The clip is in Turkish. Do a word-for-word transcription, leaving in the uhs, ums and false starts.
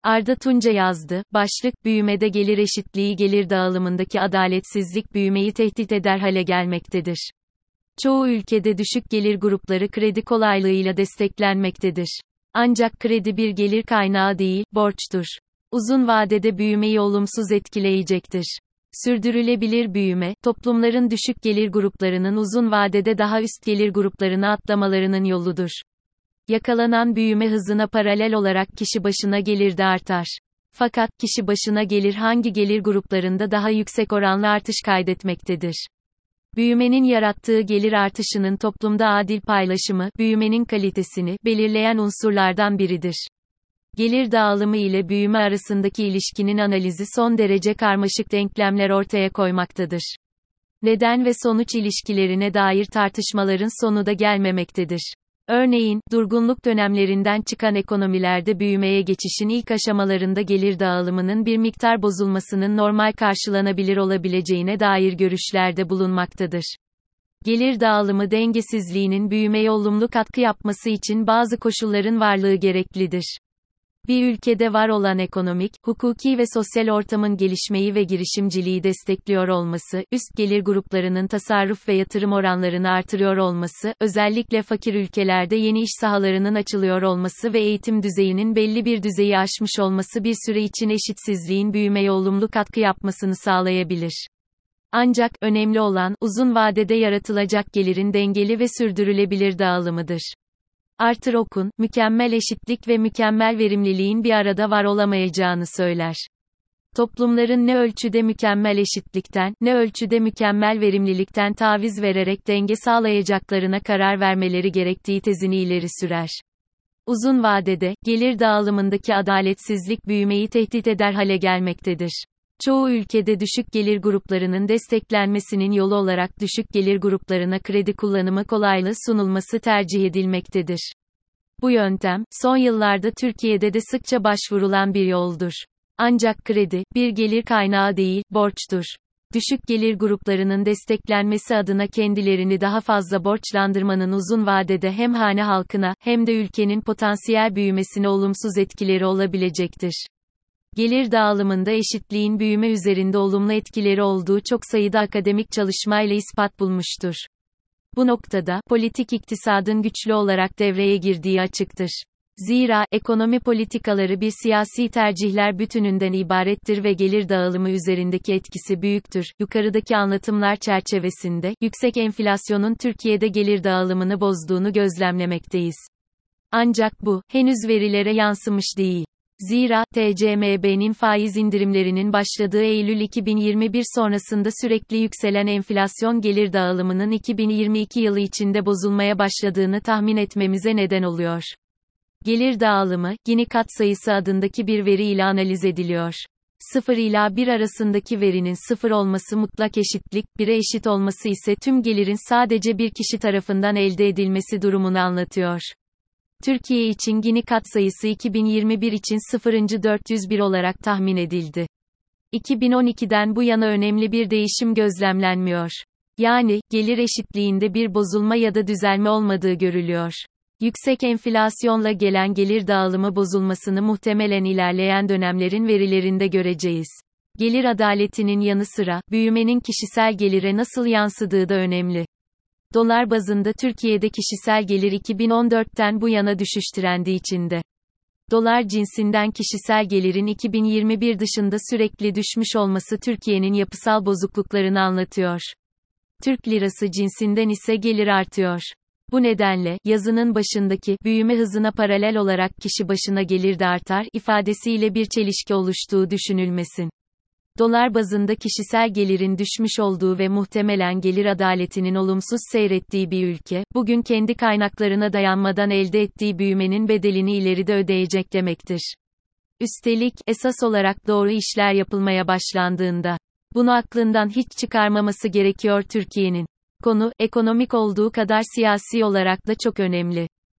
Arda Tunca yazdı. Başlık, büyümede gelir eşitliği gelir dağılımındaki adaletsizlik büyümeyi tehdit eder hale gelmektedir. Çoğu ülkede düşük gelir grupları kredi kolaylığıyla desteklenmektedir. Ancak kredi bir gelir kaynağı değil, borçtur. Uzun vadede büyümeyi olumsuz etkileyecektir. Sürdürülebilir büyüme, toplumların düşük gelir gruplarının uzun vadede daha üst gelir gruplarına atlamalarının yoludur. Yakalanan büyüme hızına paralel olarak kişi başına gelir de artar. Fakat, kişi başına gelir hangi gelir gruplarında daha yüksek oranlı artış kaydetmektedir? Büyümenin yarattığı gelir artışının toplumda adil paylaşımı, büyümenin kalitesini belirleyen unsurlardan biridir. Gelir dağılımı ile büyüme arasındaki ilişkinin analizi son derece karmaşık denklemler ortaya koymaktadır. Neden ve sonuç ilişkilerine dair tartışmaların sonu da gelmemektedir. Örneğin, durgunluk dönemlerinden çıkan ekonomilerde büyümeye geçişin ilk aşamalarında gelir dağılımının bir miktar bozulmasının normal karşılanabilir olabileceğine dair görüşlerde bulunmaktadır. Gelir dağılımı dengesizliğinin büyümeye olumlu katkı yapması için bazı koşulların varlığı gereklidir. Bir ülkede var olan ekonomik, hukuki ve sosyal ortamın gelişmeyi ve girişimciliği destekliyor olması, üst gelir gruplarının tasarruf ve yatırım oranlarını artırıyor olması, özellikle fakir ülkelerde yeni iş sahalarının açılıyor olması ve eğitim düzeyinin belli bir düzeyi aşmış olması bir süre için eşitsizliğin büyümeye olumlu katkı yapmasını sağlayabilir. Ancak, önemli olan, uzun vadede yaratılacak gelirin dengeli ve sürdürülebilir dağılımıdır. Arthur Okun, mükemmel eşitlik ve mükemmel verimliliğin bir arada var olamayacağını söyler. Toplumların ne ölçüde mükemmel eşitlikten, ne ölçüde mükemmel verimlilikten taviz vererek denge sağlayacaklarına karar vermeleri gerektiği tezini ileri sürer. Uzun vadede, gelir dağılımındaki adaletsizlik büyümeyi tehdit eder hale gelmektedir. Çoğu ülkede düşük gelir gruplarının desteklenmesinin yolu olarak düşük gelir gruplarına kredi kullanımı kolaylığı sunulması tercih edilmektedir. Bu yöntem, son yıllarda Türkiye'de de sıkça başvurulan bir yoldur. Ancak kredi, bir gelir kaynağı değil, borçtur. Düşük gelir gruplarının desteklenmesi adına kendilerini daha fazla borçlandırmanın uzun vadede hem hane halkına, hem de ülkenin potansiyel büyümesine olumsuz etkileri olabilecektir. Gelir dağılımında eşitliğin büyüme üzerinde olumlu etkileri olduğu çok sayıda akademik çalışmayla ispat bulmuştur. Bu noktada, politik iktisadın güçlü olarak devreye girdiği açıktır. Zira, ekonomi politikaları bir siyasi tercihler bütününden ibarettir ve gelir dağılımı üzerindeki etkisi büyüktür. Yukarıdaki anlatımlar çerçevesinde, yüksek enflasyonun Türkiye'de gelir dağılımını bozduğunu gözlemlemekteyiz. Ancak bu, henüz verilere yansımış değil. Zira, T C M B'nin faiz indirimlerinin başladığı Eylül iki bin yirmi bir sonrasında sürekli yükselen enflasyon gelir dağılımının iki bin yirmi iki yılı içinde bozulmaya başladığını tahmin etmemize neden oluyor. Gelir dağılımı, Gini katsayısı adındaki bir veri ile analiz ediliyor. sıfır ila bir arasındaki verinin sıfır olması mutlak eşitlik, bire eşit olması ise tüm gelirin sadece bir kişi tarafından elde edilmesi durumunu anlatıyor. Türkiye için Gini katsayısı iki bin yirmi bir için sıfır nokta dört yüz bir olarak tahmin edildi. iki bin on ikiden bu yana önemli bir değişim gözlemlenmiyor. Yani, gelir eşitliğinde bir bozulma ya da düzelme olmadığı görülüyor. Yüksek enflasyonla gelen gelir dağılımı bozulmasını muhtemelen ilerleyen dönemlerin verilerinde göreceğiz. Gelir adaletinin yanı sıra, büyümenin kişisel gelire nasıl yansıdığı da önemli. Dolar bazında Türkiye'de kişisel gelir iki bin on dörtten bu yana düşüş trendi içinde. Dolar cinsinden kişisel gelirin iki bin yirmi bir dışında sürekli düşmüş olması Türkiye'nin yapısal bozukluklarını anlatıyor. Türk lirası cinsinden ise gelir artıyor. Bu nedenle, yazının başındaki, büyüme hızına paralel olarak kişi başına gelir de artar, ifadesiyle bir çelişki oluştuğu düşünülmesin. Dolar bazında kişisel gelirin düşmüş olduğu ve muhtemelen gelir adaletinin olumsuz seyrettiği bir ülke, bugün kendi kaynaklarına dayanmadan elde ettiği büyümenin bedelini ileride ödeyecek demektir. Üstelik, esas olarak doğru işler yapılmaya başlandığında, bunu aklından hiç çıkarmaması gerekiyor Türkiye'nin. Konu, ekonomik olduğu kadar siyasi olarak da çok önemli.